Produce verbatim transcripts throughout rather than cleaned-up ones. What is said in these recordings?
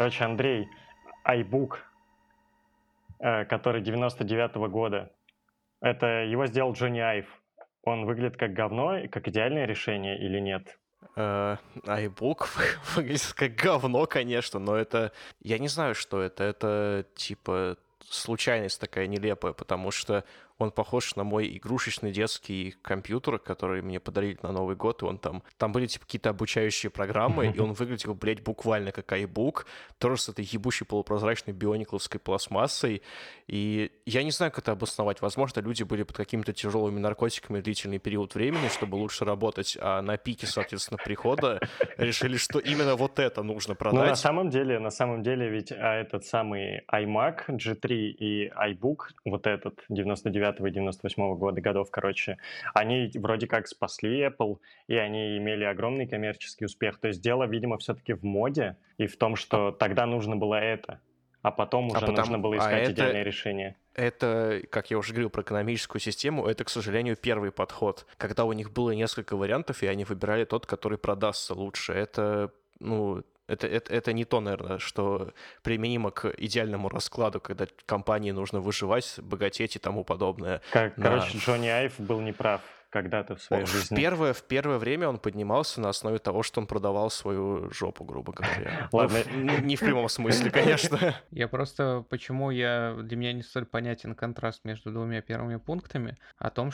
Короче, Андрей, iBook, э, который девяносто девятого года, это его сделал Джонни Айв. Он выглядит как говно, и как идеальное решение или нет? Э, iBook выглядит как говно, конечно, но это... Я не знаю, что это. Это, типа, случайность такая нелепая, потому что он похож на мой игрушечный детский компьютер, который мне подарили на Новый год, и он там... Там были, типа, какие-то обучающие программы, и он выглядел, блядь, буквально как iBook, тоже с этой ебучей полупрозрачной бионикловской пластмассой, и я не знаю, как это обосновать. Возможно, люди были под какими-то тяжелыми наркотиками длительный период времени, чтобы лучше работать, а на пике, соответственно, прихода решили, что именно вот это нужно Ну, на продать. самом деле, на самом деле, ведь а, этот самый iMac джи три и iBook, вот этот девяносто девятого и девяносто восьмого года, годов, короче, они вроде как спасли Apple, и они имели огромный коммерческий успех. То есть дело, видимо, все-таки в моде и в том, А, что тогда нужно было это, а потом а уже нужно потому... было А искать идеальное это... решение. Это, как я уже говорил про экономическую систему, это, к сожалению, первый подход. Когда у них было несколько вариантов, и они выбирали тот, который продастся лучше. Это, ну, это, это, это не то, наверное, что применимо к идеальному раскладу, когда компании нужно выживать, богатеть и тому подобное. Как, На... короче, Джонни Айв был неправ когда-то в своей В жизни. первое, в первое время он поднимался на основе того, что он продавал свою жопу, грубо говоря. Ну, Ладно. в- ну, не в прямом смысле, конечно. Я просто, почему я, для меня не столь понятен контраст между двумя первыми пунктами, о том,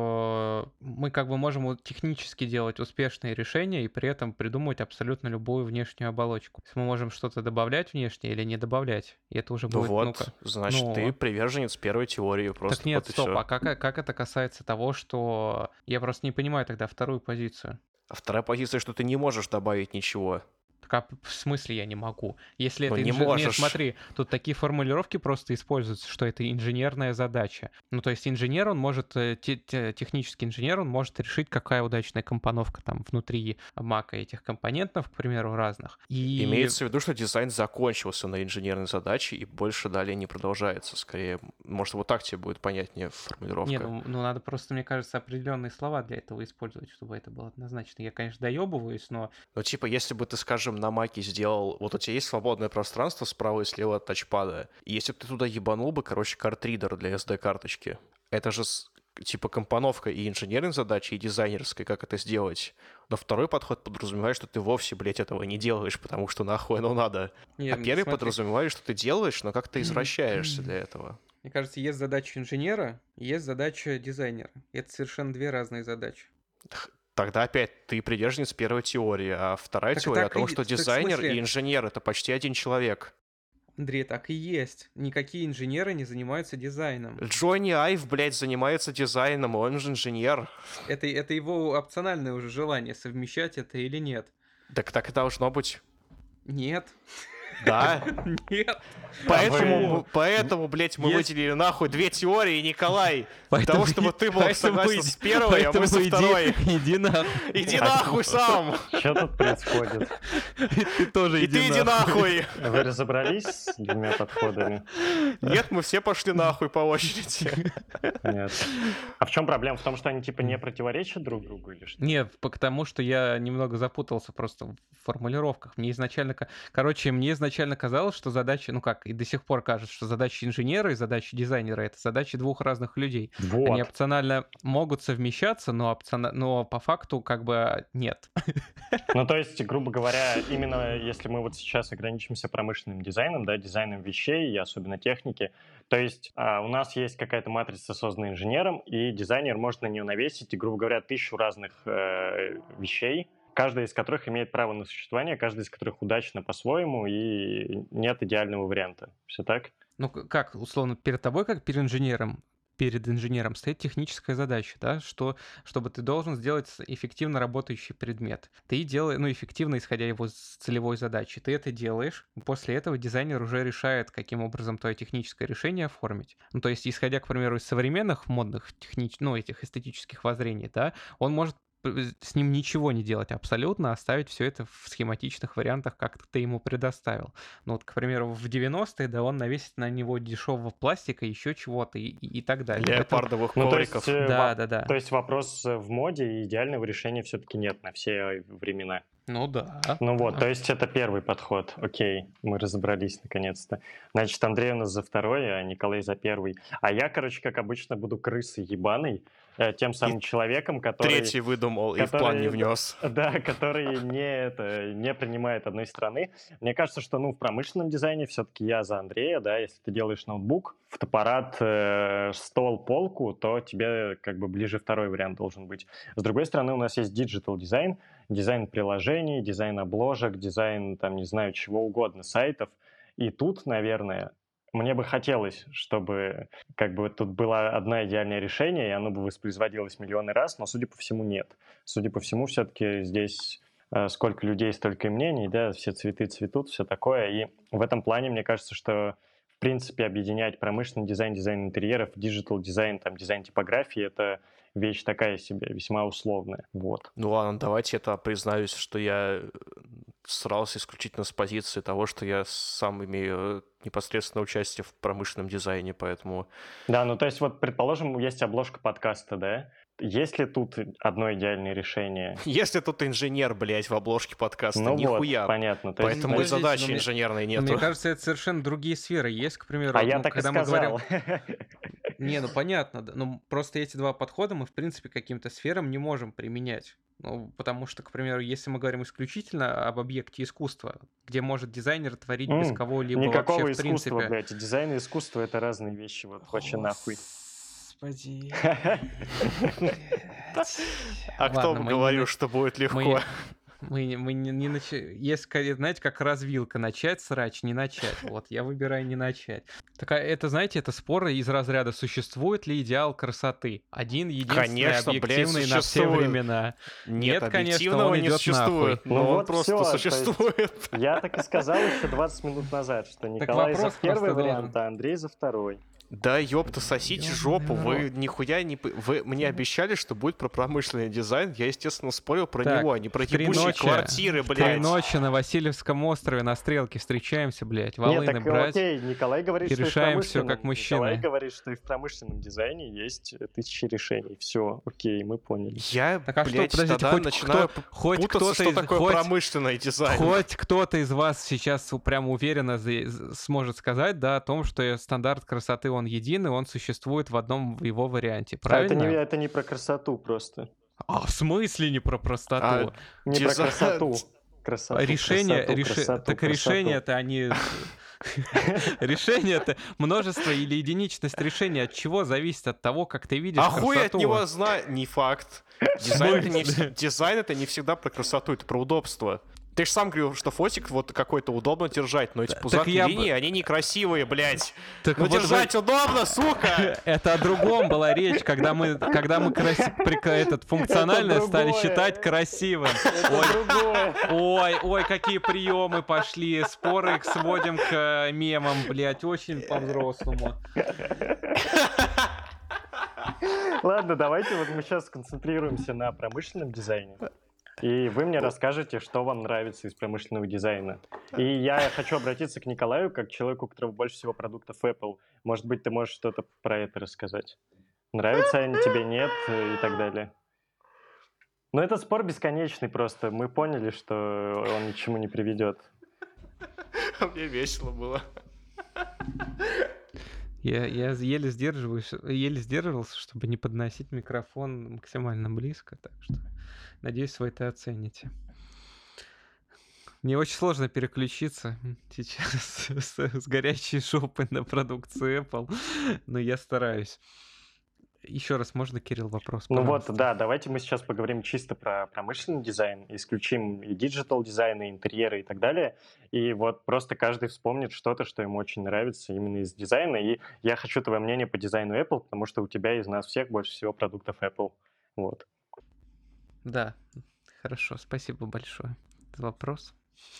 что мы как бы можем вот технически делать успешные решения и при этом придумывать абсолютно любую внешнюю оболочку. То есть мы можем что-то добавлять внешне или не добавлять, и это уже Ну будет, вот, ну-ка. значит, Ну, ты приверженец первой теории, просто так нет, вот и стоп, все. а как, как это касается того, что я просто не понимаю тогда вторую позицию. А вторая позиция, что ты не можешь добавить ничего. Так а в смысле я не могу? Если Ну, это не инжи... Нет, можешь. смотри, тут такие формулировки просто используются, что это инженерная задача. Ну, то есть инженер, он может, э, те- те- технический инженер, он может решить, какая удачная компоновка там внутри мака этих компонентов, к примеру, разных. И... Имеется в виду, что дизайн закончился на инженерной задаче и больше далее не продолжается. Скорее, может, вот так тебе будет понятнее формулировка. Не, ну, ну надо просто, мне кажется, определенные слова для этого использовать, чтобы это было однозначно. Я, конечно, доебываюсь, но... Ну, типа, если бы ты, скажем, на маке сделал... Вот у тебя есть свободное пространство справа и слева от тачпада. И если бы ты туда ебанул бы, короче, картридер для эс ди-карточки, это же с- типа компоновка и инженерной задачи, и дизайнерской, как это сделать. Но второй подход подразумевает, что ты вовсе, блядь, этого не делаешь, потому что нахуй оно надо. Нет, А первый смотри. подразумевает, что ты делаешь, но как ты извращаешься для этого. Мне кажется, есть задача инженера, и есть задача дизайнера. Это совершенно две разные задачи. Тогда опять ты приверженец первой теории, а вторая Так теория о так и том, е- что так в дизайнер смысле- и инженер — это почти один человек. Андрей, так и есть. Никакие инженеры не занимаются дизайном. Джонни Айв, блядь, занимается дизайном, он же инженер. Это, это его опциональное уже желание, совмещать это или нет. Так так и должно быть. Нет. Да. Нет. Поэтому, вы- мы- поэтому, блядь, мы Есть- выделили нахуй две теории, Николай. Для Поэтому того, чтобы и- ты был поэтому согласен иди- с первой, а мы поэтому со иди- второй. Иди нахуй. Иди нахуй сам. Что тут происходит? И ты тоже И ты иди нахуй. Вы разобрались с двумя подходами? Нет, мы все пошли нахуй по очереди. Нет. А в чем проблема? В том, что они типа не противоречат друг другу или что? Нет, потому что я немного запутался просто в формулировках. Мне изначально... ка- Короче, мне изначально казалось, что задача, ну как, и до сих пор кажется, что задача инженера и задача дизайнера — это задачи двух разных людей. Вот. Они опционально могут совмещаться, но, опциона- но по факту как бы нет. Ну, то есть, грубо говоря, именно если мы вот сейчас ограничимся промышленным дизайном, да, дизайном вещей и особенно техники, то есть а, у нас есть какая-то матрица, созданная инженером, и дизайнер может на нее навесить, и, грубо говоря, тысячу разных э, вещей, каждая из которых имеет право на существование, каждая из которых удачна по-своему, и нет идеального варианта. Все так? Ну к- как, условно, перед тобой, как перед инженером, перед инженером стоит техническая задача, да, что, чтобы ты должен сделать с- эффективно работающий предмет. Ты делаешь, ну, эффективно, исходя его с целевой задачи. Ты это делаешь, после этого дизайнер уже решает, каким образом твое техническое решение оформить. Ну, то есть, исходя, к примеру, из современных модных технич... ну, этих эстетических воззрений, да, он может п- с ним ничего не делать абсолютно, оставить все это в схематичных вариантах, как ты ему предоставил. Ну вот, к примеру, в девяностые, да, он навесит на него дешевого пластика, еще чего-то и, и, и так далее. Поэтому- Леопардовых Ну, то ковриков. есть, э, Да, во- да, да. то есть вопрос э, в моде, и идеального решения все-таки нет на все времена. Ну да. Ну вот, да. то есть это первый подход. Окей, мы разобрались наконец-то. Значит, Андрей у нас за второй, а Николай за первый. А я, короче, как обычно, буду крысой ебаной, э, тем самым человеком, который... Третий выдумал и в план не который, внес. да, который не, это, не принимает одной страны. Мне кажется, что ну, в промышленном дизайне все-таки я за Андрея, да, если ты делаешь ноутбук, фотоаппарат, э, стол, полку, то тебе как бы ближе второй вариант должен быть. С другой стороны, у нас есть диджитал дизайн, дизайн приложений, дизайн обложек, дизайн, там, не знаю, чего угодно, сайтов. И тут, наверное, мне бы хотелось, чтобы как бы тут было одно идеальное решение, и оно бы воспроизводилось миллионы раз, но, судя по всему, нет. Судя по всему, все-таки здесь э, сколько людей, столько и мнений, да, все цветы цветут, все такое. И в этом плане, мне кажется, что в принципе объединять промышленный дизайн, дизайн интерьеров, диджитал дизайн, там, дизайн типографии — это вещь такая себе, весьма условная. Вот. Ну ладно, давайте это признаюсь, что я старался исключительно с позиции того, что я сам имею непосредственное участие в промышленном дизайне, поэтому... Да, ну то есть вот, предположим, есть обложка подкаста, да? Есть ли тут одно идеальное решение? Если тут инженер, блядь, в обложке подкаста, Ну нихуя. Вот, понятно. То есть, Поэтому и Подождите, задачи но мне- инженерной Но нету. мне кажется, это совершенно другие сферы. Есть, к примеру, а я ну, так и когда мы говорим... сказал. Не, ну понятно, да. Ну просто эти два подхода мы, в принципе, к каким-то сферам не можем применять. Ну, потому что, к примеру, если мы говорим исключительно об объекте искусства, где может дизайнер творить без М, кого-либо Никакого вообще, в искусства, принципе. блядь. Дизайн и искусство — это разные вещи. Вот вообще нахуй. Господи. А кто Ладно, бы мы не говорил, на- что будет легко? мы- Мы, не- мы не, не начи- Есть, ска- знаете, как развилка. Начать срач, не начать. Вот, я выбираю не начать. Так, а это, знаете, это споры из разряда, существует ли идеал красоты? Один, единственный, Конечно, блядь, объективный на все существует. времена. Нет, Нет, конечно, объективного он не идет существует, нахуй. но Ну он вот просто всё, то есть- существует. Я так и сказал еще двадцать минут назад, что Николай за вопрос первый просто вариант, должен. а Андрей за второй. Да ёпта, сосите Ёбаный жопу, вы рот. нихуя не... п- Вы мне обещали, что будет про промышленный дизайн, я, естественно, спорил про Так, него, а не про в три ебучие ночи- квартиры, В три блядь. ночи на Васильевском острове на Стрелке встречаемся, блядь, Нет, волыны так брать. окей, Николай говорит, и что и в решаем всё промышленном- как мужчины. Николай говорит, что и в промышленном дизайне есть тысячи решений. Все, окей, мы поняли. Я, Так а что, блядь, подождите, тогда хоть начинаю кто- п- хоть путаться, кто-то что из- такое хоть- промышленный дизайн. Хоть кто-то из вас сейчас прям уверенно за- сможет сказать, да, о том, что стандарт красоты, он един, и он существует в одном в его варианте, А это правильно? не, это не про красоту просто. А в смысле не про простоту? А, Не про Дизайн- красоту. Красоту, решение, красоту, реше- красоту, так красоту. решение-то они... Решение-то множество или единичность решения от чего зависит от того, как ты видишь А хуй от красоту. него знаю. Не факт. Дизайн это, не, смысле? вс- дизайн это не всегда про красоту, это про удобство. Ты же сам говорил, что фотик вот какой-то удобно держать, но эти пузатые я бы- линии, они некрасивые, блядь. Так Ну вот вы- держать удобно, сука! Это о другом была речь, когда мы, когда мы краси- прика- этот, функциональное Это стали другое. считать красивым. Это Ой, другое. ой, ой, какие приемы пошли, споры их сводим к э, мемам, блядь, очень по-взрослому. Ладно, давайте вот мы сейчас сконцентрируемся на промышленном дизайне. И вы мне расскажете, что вам нравится из промышленного дизайна. И я хочу обратиться к Николаю, как к человеку, у которого больше всего продуктов Apple. Может быть, ты можешь что-то про это рассказать? Нравятся они тебе, нет, и так далее. Но это спор бесконечный просто. Мы поняли, что он ни к чему не приведет. Мне весело было. Я, я еле сдерживаюсь, еле сдерживался, чтобы не подносить микрофон максимально близко, так что надеюсь, вы это оцените. Мне очень сложно переключиться сейчас с, с горячей жопы на продукцию Apple, но я стараюсь. Еще раз, можно, Кирилл, вопрос? Ну пожалуйста? вот, да, давайте мы сейчас поговорим чисто про промышленный дизайн, исключим и диджитал дизайн, и интерьеры и так далее. И вот просто каждый вспомнит что-то, что ему очень нравится именно из дизайна. И я хочу твое мнение по дизайну Apple, потому что у тебя из нас всех больше всего продуктов Apple. Вот. Да, хорошо, спасибо большое за вопрос.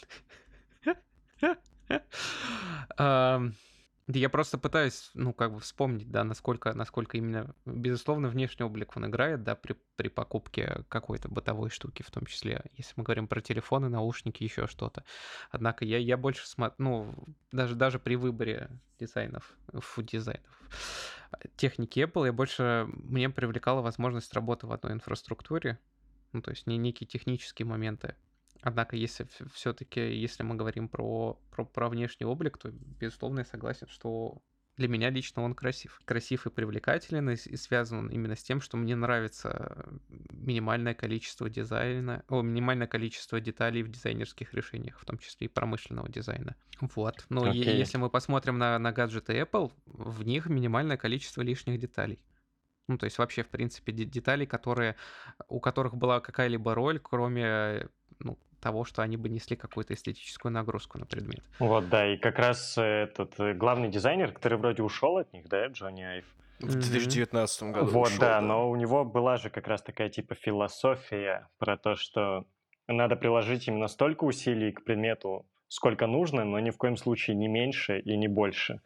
Ам, да я просто пытаюсь, ну, как бы вспомнить, да, насколько, насколько именно, безусловно, внешний облик он играет, да, при, при покупке какой-то бытовой штуки, в том числе, если мы говорим про телефоны, наушники, еще что-то. Однако я, я больше смотрю, ну, даже, даже при выборе дизайнов, фу, дизайнов, техники Apple, я больше, мне привлекала возможность работы в одной инфраструктуре, ну, то есть не некие технические моменты, Однако, если все-таки, если мы говорим про, про, про внешний облик, то, безусловно, я согласен, что для меня лично он красив. Красив и привлекателен, и, и связан он именно с тем, что мне нравится минимальное количество дизайна, о, минимальное количество деталей в дизайнерских решениях, в том числе и промышленного дизайна. Вот. Но Окей. е- если мы посмотрим на, на гаджеты Apple, в них минимальное количество лишних деталей. Ну, то есть вообще, в принципе, де- деталей, которые, у которых была какая-либо роль, кроме ну, того, что они бы несли какую-то эстетическую нагрузку на предмет. Вот, да, и как раз э, этот э, главный дизайнер, который вроде ушел от них, да, Джонни Айв. В две тысячи девятнадцатом году Вот, ушел, да, но у него была же как раз такая типа философия про то, что надо приложить именно столько усилий к предмету, сколько нужно, но ни в коем случае не меньше и не больше.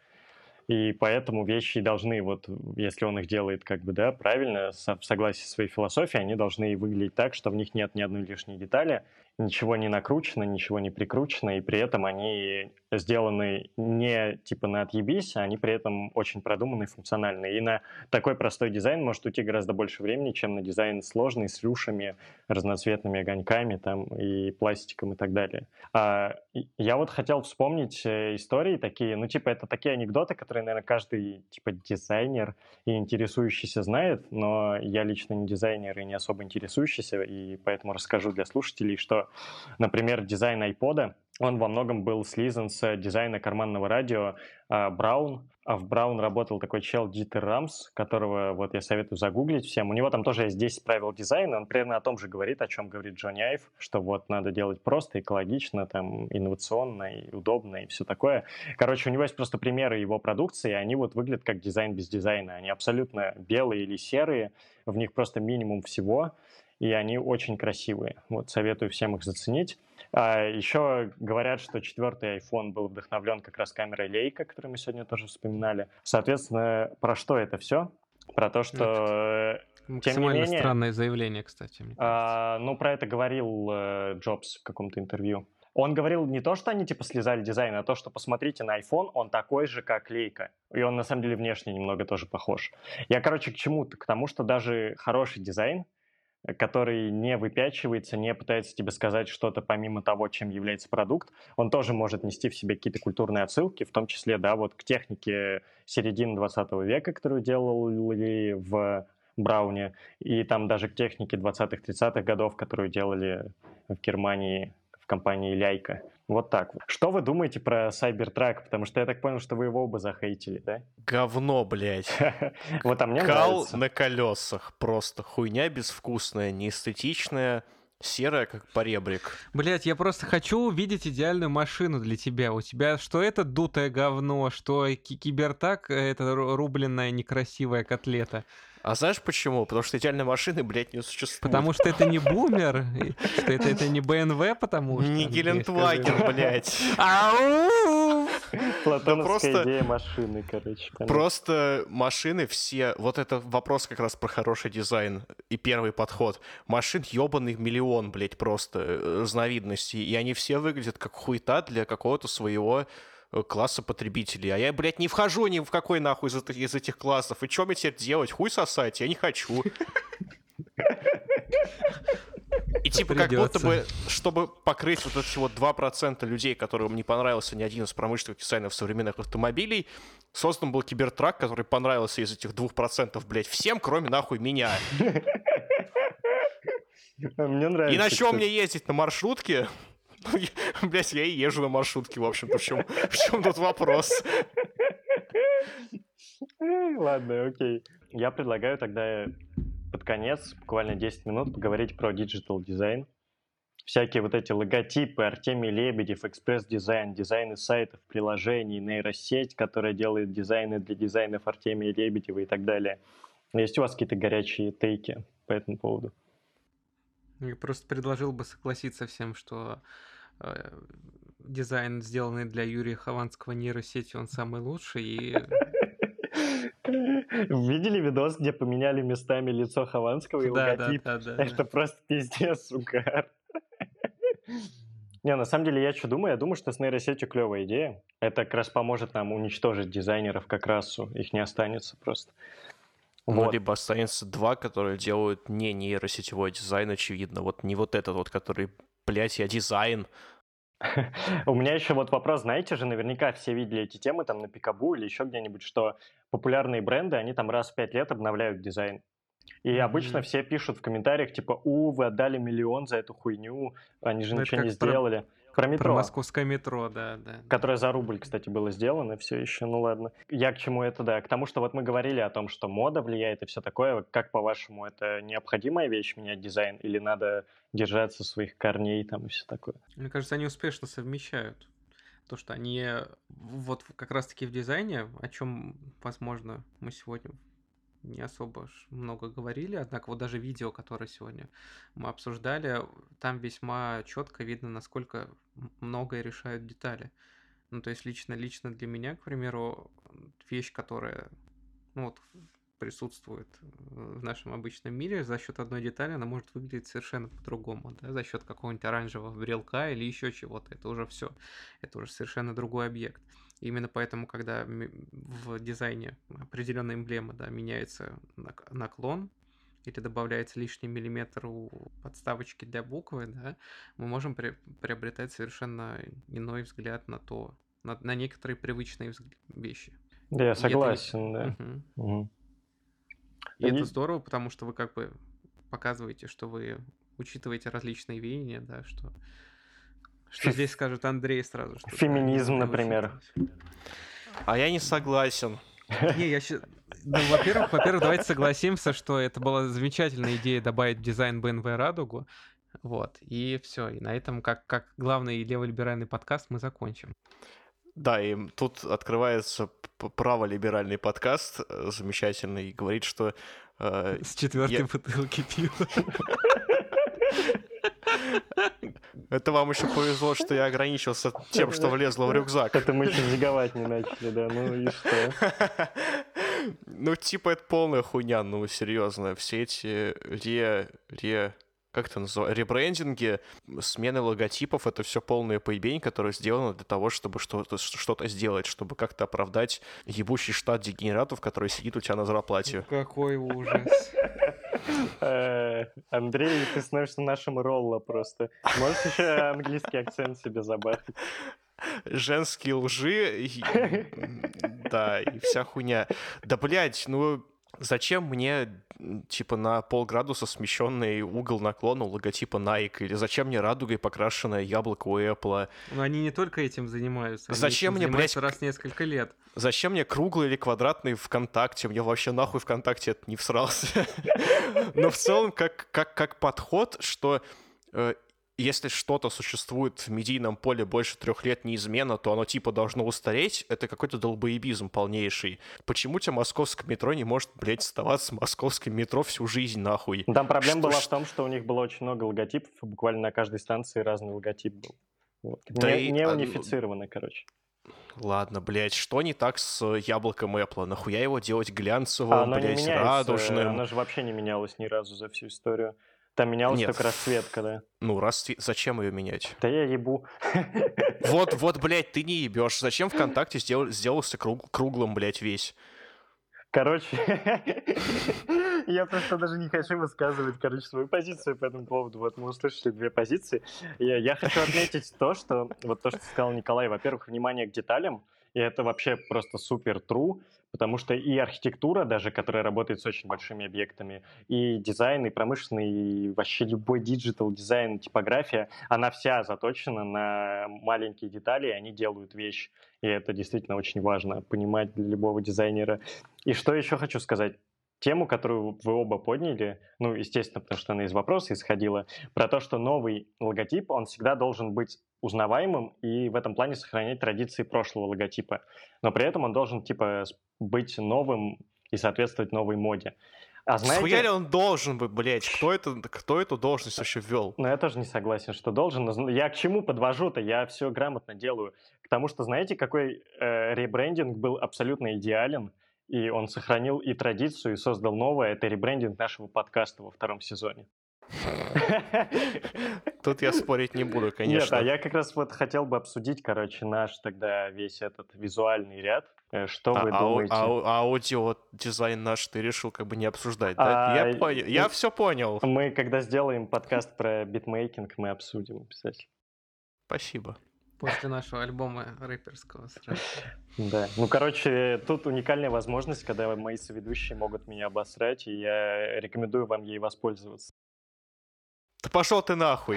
И поэтому вещи должны, вот если он их делает как бы, да, правильно, со- в согласии со своей философией, они должны выглядеть так, что в них нет ни одной лишней детали, ничего не накручено, ничего не прикручено, и при этом они сделаны не типа на отъебись, а они при этом очень продуманные, функциональные. И на такой простой дизайн может уйти гораздо больше времени, чем на дизайн сложный, с рюшами, разноцветными огоньками там, и пластиком и так далее. А, и я вот хотел вспомнить э, истории такие, ну типа это такие анекдоты, которые, наверное, каждый типа дизайнер и интересующийся знает, но я лично не дизайнер и не особо интересующийся, и поэтому расскажу для слушателей, что, например, дизайн iPod, он во многом был слизан с дизайна карманного радио а, Braun. А в Braun работал такой чел Дитер Рамс, которого вот я советую загуглить всем. У него там тоже есть десять правил дизайна, он примерно о том же говорит, о чем говорит Джонни Айв, что вот надо делать просто, экологично, там, инновационно и удобно и все такое. Короче, у него есть просто примеры его продукции, и они вот выглядят как дизайн без дизайна. Они абсолютно белые или серые, в них просто минимум всего, и они очень красивые. Вот советую всем их заценить. А еще говорят, что четвертый iPhone был вдохновлен как раз камерой Leica, которую мы сегодня тоже вспоминали. Соответственно, про что это все? Про то, что... Максимально менее, странное заявление, кстати. Мне а, ну, про это говорил э, Джобс в каком-то интервью. Он говорил не то, что они типа слезали дизайн, а то, что посмотрите на iPhone, он такой же, как Leica. И он на самом деле внешне немного тоже похож. Я, короче, к чему-то? К тому, что даже хороший дизайн, который не выпячивается, не пытается тебе сказать что-то помимо того, чем является продукт, он тоже может нести в себе какие-то культурные отсылки, в том числе, да, вот к технике середины двадцатого века, которую делали в Брауне, и там даже к технике двадцатых-тридцатых годов, которую делали в Германии в компании Leica. Вот так вот. Что вы думаете про Cybertruck? Потому что я так понял, что вы его оба захейтили, да? Говно, блядь. Вот, а мне Кал нравится. на колесах. Просто хуйня безвкусная, неэстетичная, серая, как поребрик. Блять, я просто хочу увидеть идеальную машину для тебя. У тебя что это дутое говно, что ки- кибертак — это ру- рубленная некрасивая котлета. А знаешь почему? Потому что идеальной машины, блядь, не существует. Потому что это не бумер, и что это, это не бэ эн вэ, потому что... Не Андрей, Гелендваген, скажи. блядь. Ау! Платоновская просто- идея машины, короче. понятно. Просто машины все... Вот это вопрос как раз про хороший дизайн и первый подход. Машин ебаный миллион, блядь, просто э, разновидностей. И они все выглядят как хуета для какого-то своего э, класса потребителей. А я, блядь, не вхожу ни в какой нахуй из этих, из этих классов. И что мне теперь делать? Хуй сосать? Я не хочу. И типа как будто Придётся. бы, чтобы покрыть вот эти вот два процента людей, которым не понравился ни один из промышленных дизайнов современных автомобилей, создан был Кибертрак, который понравился из этих двух процентов, блядь, всем, кроме нахуй меня. Мне нравится. И на чем кстати. мне ездить? На маршрутке? Ну, я- Блядь, я и езжу на маршрутке, в общем-то. В чем, в чем тут вопрос? Эй, Ладно, окей. Я предлагаю тогда под конец, буквально десять минут, поговорить про диджитал дизайн. Всякие вот эти логотипы, Артемий Лебедев, экспресс-дизайн, дизайны сайтов, приложений, нейросеть, которая делает дизайны для дизайнов Артемия Лебедева и так далее. Есть у вас какие-то горячие тейки по этому поводу? Я просто предложил бы согласиться всем, что э, дизайн, сделанный для Юрия Хованского нейросети, он самый лучший, и Видели видос, где поменяли местами лицо Хованского и да, да, логотип? да, да, да. Это просто пиздец, угар. Не, на самом деле, я что думаю? Я думаю, что с нейросетью клевая идея. Это как раз поможет нам уничтожить дизайнеров как расу. Их не останется просто. Ну, Вот. либо останется два, которые делают не нейросетевой дизайн, очевидно. Вот не вот этот вот, который блядь, я дизайн. У меня еще вот вопрос, знаете же, наверняка все видели эти темы там на Пикабу или еще где-нибудь, что популярные бренды, они там раз в пять лет обновляют дизайн. И Мгм. обычно все пишут в комментариях, типа, у, вы отдали миллион за эту хуйню, они же Ну, это ничего не как про, сделали. Про про метро, московское метро, да, да, да. которое за рубль, кстати, было сделано, все еще, ну ладно. Я к чему это, да, к тому, что вот мы говорили о том, что мода влияет и все такое. Как, по-вашему, это необходимая вещь, менять дизайн, или надо держаться своих корней там и все такое? Мне кажется, они успешно совмещают то, что они э, вот как раз-таки в дизайне, о чем, возможно, мы сегодня не особо ж много говорили, однако вот даже видео, которое сегодня мы обсуждали, там весьма четко видно, насколько м- многое решают детали. Ну, то есть лично, лично для меня, к примеру, вещь, которая ну, вот, присутствует э, в нашем обычном мире, за счет одной детали она может выглядеть совершенно по-другому, да, за счет какого-нибудь оранжевого брелка или еще чего-то. Это уже все, это уже совершенно другой объект. И именно поэтому, когда ми- в дизайне определенная эмблема, да, меняется нак- наклон или добавляется лишний миллиметр у подставочки для буквы, да, мы можем при- приобретать совершенно иной взгляд на то, на, на некоторые привычные взг- вещи. Да, я И это, согласен, да. Мгм. Мгм. И это И- здорово, потому что вы как бы показываете, что вы учитываете различные веяния, да, что, что Фе- здесь скажет Андрей сразу, что да, Феминизм, нужно например. учитывать. А я не согласен. Не, я щас... Ну, во-первых, во-первых, давайте согласимся, что это была замечательная идея добавить в дизайн бэ эм вэ радугу. Вот, и все. И на этом, как, как главный леволиберальный подкаст, мы закончим. Да, и тут открывается п- праволиберальный подкаст, э, замечательный, и говорит, что... э, С четвертой я- бутылки пива. Это вам еще повезло, что я ограничился тем, что влезло в рюкзак. Это мы еще зиговать не начали, да, ну и что? Ну, типа, это полная хуйня, ну, серьезно. Все эти ре... ре... Как это называется? Ребрендинги, смены логотипов — это все полная поебень, которая сделана для того, чтобы что-то, что-то сделать, чтобы как-то оправдать ебущий штат дегенератов, который сидит у тебя на зарплате. Какой ужас. Э, Андрей, ты становишься нашим Ролло просто. Можешь еще английский акцент себе забахать? Женские лжи, и- да, и вся хуйня. Да, блядь, ну зачем мне, м, типа, на полградуса смещенный угол наклона у логотипа Nike? Или зачем мне радугой покрашенное яблоко у Apple? Но они не только этим занимаются. Они Зачем этим мне, блядь, занимаются раз в несколько лет. Зачем мне круглый или квадратный ВКонтакте? Мне вообще нахуй ВКонтакте это не всрался. Но в целом, как, как, как подход, что э, если что-то существует в медийном поле больше трех лет неизменно, то оно типа должно устареть, это какой-то долбоебизм полнейший. Почему тебе московское метро не может, блядь, оставаться московским метро всю жизнь, нахуй? Там проблема Что- была в что- том, что у них было очень много логотипов, и буквально на каждой станции разный логотип был. Вот. Да не, и- не а, унифицировано, короче. Ладно, блядь, что не так с яблоком Apple? Нахуя его делать А глянцевым, оно не блядь, меняется, радужным? оно же вообще не менялось ни разу за всю историю. Там менялась Нет. только расцветка, да. Ну, раз зачем ее менять? Да я ебу. Вот, вот, блядь, ты не ебешь. Зачем ВКонтакте сделал, сделался круг- круглым, блядь, весь? Короче, я просто даже не хочу высказывать, короче, свою позицию по этому поводу. Вот мы услышали две позиции. Я, я хочу отметить то, что, вот то, что сказал Николай, во-первых, внимание к деталям, и это вообще просто супер true, потому что и архитектура даже, которая работает с очень большими объектами, и дизайн, и промышленный, и вообще любой диджитал дизайн, типография, она вся заточена на маленькие детали, и они делают вещь. И это действительно очень важно понимать для любого дизайнера. И что еще хочу сказать? Тему, которую вы оба подняли, ну, естественно, потому что она из вопроса исходила, про то, что новый логотип, он всегда должен быть узнаваемым и в этом плане сохранять традиции прошлого логотипа. Но при этом он должен, типа, с- быть новым и соответствовать новой моде. А Схуяли знаете, он должен бы, блядь? Кто, это, кто эту должность вообще ввел? ну, я тоже не согласен, что должен. но зн- Я к чему подвожу-то? Я все грамотно делаю. К тому, что, знаете, какой э, ребрендинг был абсолютно идеален, и он сохранил и традицию, и создал новое. Это ребрендинг нашего подкаста во втором сезоне. Тут я спорить не буду, Нет, конечно. а я как раз вот хотел бы обсудить, короче, наш тогда весь этот визуальный ряд Э, Что А, вы ау- думаете? ау- аудиодизайн наш ты решил как бы не обсуждать, да? Я А, понял, я ну, все понял. Мы, когда сделаем подкаст про битмейкинг, мы обсудим обязательно. Спасибо. После нашего альбома рэперского сразу. Да. Ну, короче, тут уникальная возможность, когда мои соведущие могут меня обосрать, и я рекомендую вам ей воспользоваться. Да пошел ты нахуй.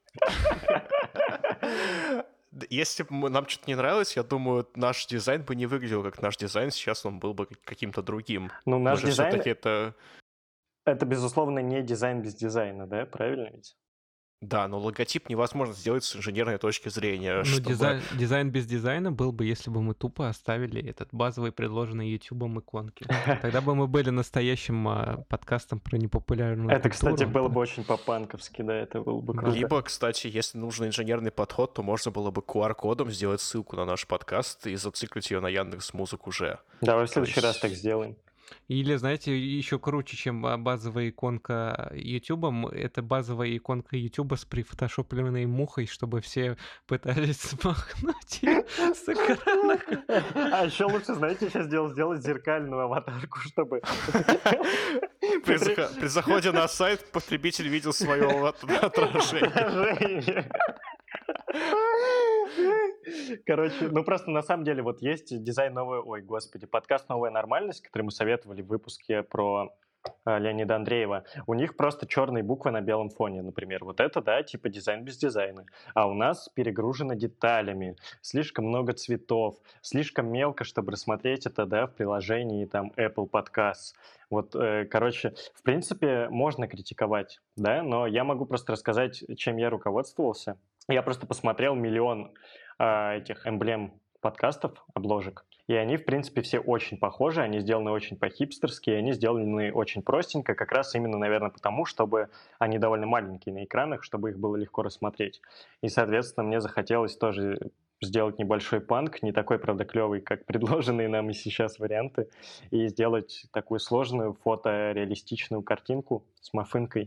Если бы нам что-то не нравилось, я думаю, наш дизайн бы не выглядел как наш дизайн, сейчас он был бы каким-то другим. Ну, Мы наш же дизайн все-таки это... — это, безусловно, не дизайн без дизайна, да? Правильно ведь? Да, но логотип невозможно сделать с инженерной точки зрения. Ну, чтобы... дизайн, дизайн без дизайна был бы, если бы мы тупо оставили этот базовый, предложенный ютубом иконки. Тогда бы мы были настоящим а, подкастом про непопулярную Это, культуру. кстати, было бы очень по-панковски, да, это было бы круто. Либо, кстати, если нужен инженерный подход, то можно было бы ку ар-кодом сделать ссылку на наш подкаст и зациклить ее на Яндекс.Музыку уже. Давай в следующий есть- раз так сделаем. Или, знаете, еще круче, чем а, базовая иконка YouTube, это базовая иконка YouTube с прифотошопленной мухой, чтобы все пытались смахнуть ее с экрана. А еще лучше, знаете, сейчас сделать, сделать зеркальную аватарку, чтобы... При, захо- при заходе на сайт потребитель видел свое от- отражение. Отражение. Короче, ну просто на самом деле вот есть дизайн новой, ой, господи, подкаст «Новая нормальность», который мы советовали в выпуске про э, Леонида Андреева. У них просто черные буквы на белом фоне, например. Вот это, да, типа дизайн без дизайна. А у нас перегружено деталями, слишком много цветов, слишком мелко, чтобы рассмотреть это, да, в приложении там Apple Podcasts. Вот, э, короче, в принципе, можно критиковать, да, но я могу просто рассказать, чем я руководствовался. Я просто посмотрел миллион а, этих эмблем подкастов, обложек, и они, в принципе, все очень похожи, они сделаны очень по-хипстерски, и они сделаны очень простенько, как раз именно, наверное, потому, чтобы они довольно маленькие на экранах, чтобы их было легко рассмотреть. И, соответственно, мне захотелось тоже сделать небольшой панк, не такой, правда, клевый, как предложенные нам и сейчас варианты, и сделать такую сложную фотореалистичную картинку с мафынкой.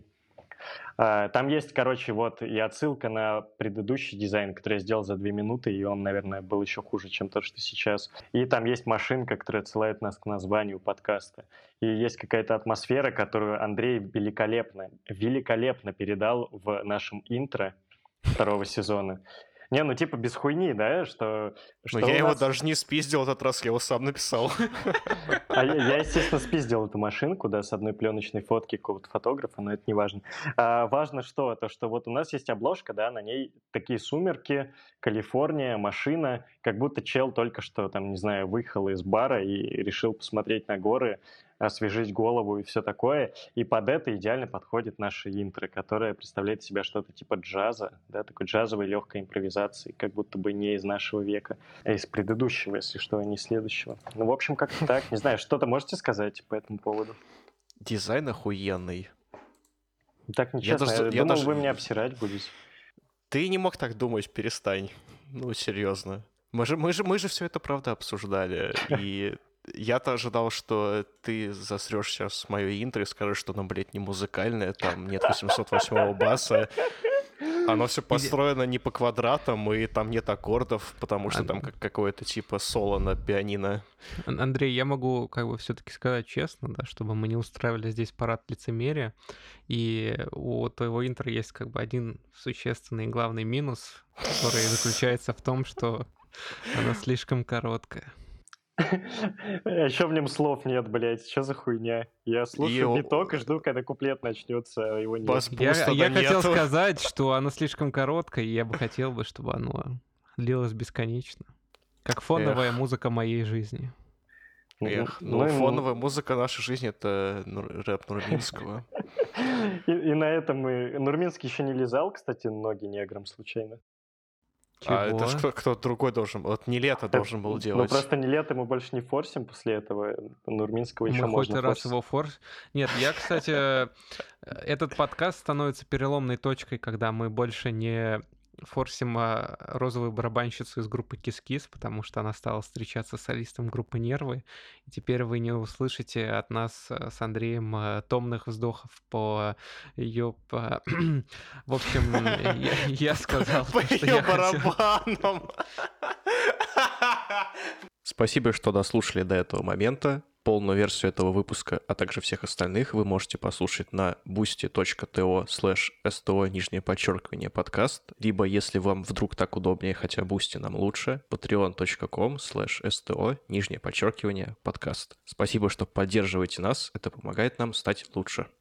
Там есть, короче, вот и отсылка на предыдущий дизайн, который я сделал за две минуты, и он, наверное, был еще хуже, чем то, что сейчас. И там есть машинка, которая отсылает нас к названию подкаста. И есть какая-то атмосфера, которую Андрей великолепно, великолепно передал в нашем интро второго сезона. Не, ну типа без хуйни, да, что... Но что я у его нас- даже не спиздил этот раз, я его сам написал. А я, я, естественно, спиздил эту машинку, да, с одной пленочной фотки какого-то фотографа, но это не важно. А, важно что? То, что вот у нас есть обложка, да, на ней такие сумерки, Калифорния, машина, как будто чел только что, там, не знаю, выехал из бара и решил посмотреть на горы, освежить голову и все такое. И под это идеально подходит наше интро, которое представляет из себя что-то типа джаза, да, такой джазовой легкой импровизации, как будто бы не из нашего века, а из предыдущего, если что, а не следующего. Ну, в общем, как-то так. Не знаю, что-то можете сказать по этому поводу? Дизайн охуенный. Так нечестно. даже- Я, я думал, даже- вы меня обсирать будете. Ты не мог так думать, перестань. Ну, серьезно. Мы же, мы же, мы же все это, правда, обсуждали. И я-то ожидал, что ты засрешь сейчас мое интро и скажешь, что оно, блядь, не музыкальное, там нет восемьсот восьмого баса. Оно все построено не по квадратам, и там нет аккордов, потому что А- там как- какое-то типа соло на пианино. Ан- Андрей, я могу как бы все-таки сказать честно, да, чтобы мы не устраивали здесь парад лицемерия. И у твоего интро есть как бы один существенный и главный минус, который заключается в том, что оно слишком короткое. Еще в нем слов нет, блядь. Что за хуйня? Я слушаю И- биток и жду, когда куплет начнется, а его нет. Бас- Я, Буста я да хотел нету. сказать, что оно слишком короткое, и я бы хотел бы, чтобы оно длилось бесконечно. Как фоновая музыка моей жизни. Эх, Ну, ну, и- фоновая музыка нашей жизни — это Нур- рэп Нурминского. И, и на этом мы... Нурминский еще не лизал, кстати, ноги неграм случайно. А Чего? это ж кто- кто-то другой должен был. Вот не лето должен был Ну, делать. просто не лето мы больше не форсим после этого. Нурминского еще Мы хоть можно раз форсить. его форс... Нет, я, кстати, э, этот подкаст становится переломной точкой, когда мы больше не форсим а, розовую барабанщицу из группы Кис-Кис, потому что она стала встречаться с солистом группы Нервы. И теперь вы не услышите от нас а, с Андреем а, томных вздохов по ее... по- В общем, я, я сказал, По то, что её я хотел. барабанам. Спасибо, что дослушали до этого момента. Полную версию этого выпуска, а также всех остальных вы можете послушать на boosty.to slash sto нижнее подчеркивание подкаст, либо, если вам вдруг так удобнее, хотя Boosty нам лучше, patreon.com slash sto нижнее подчеркивание подкаст. Спасибо, что поддерживаете нас, это помогает нам стать лучше.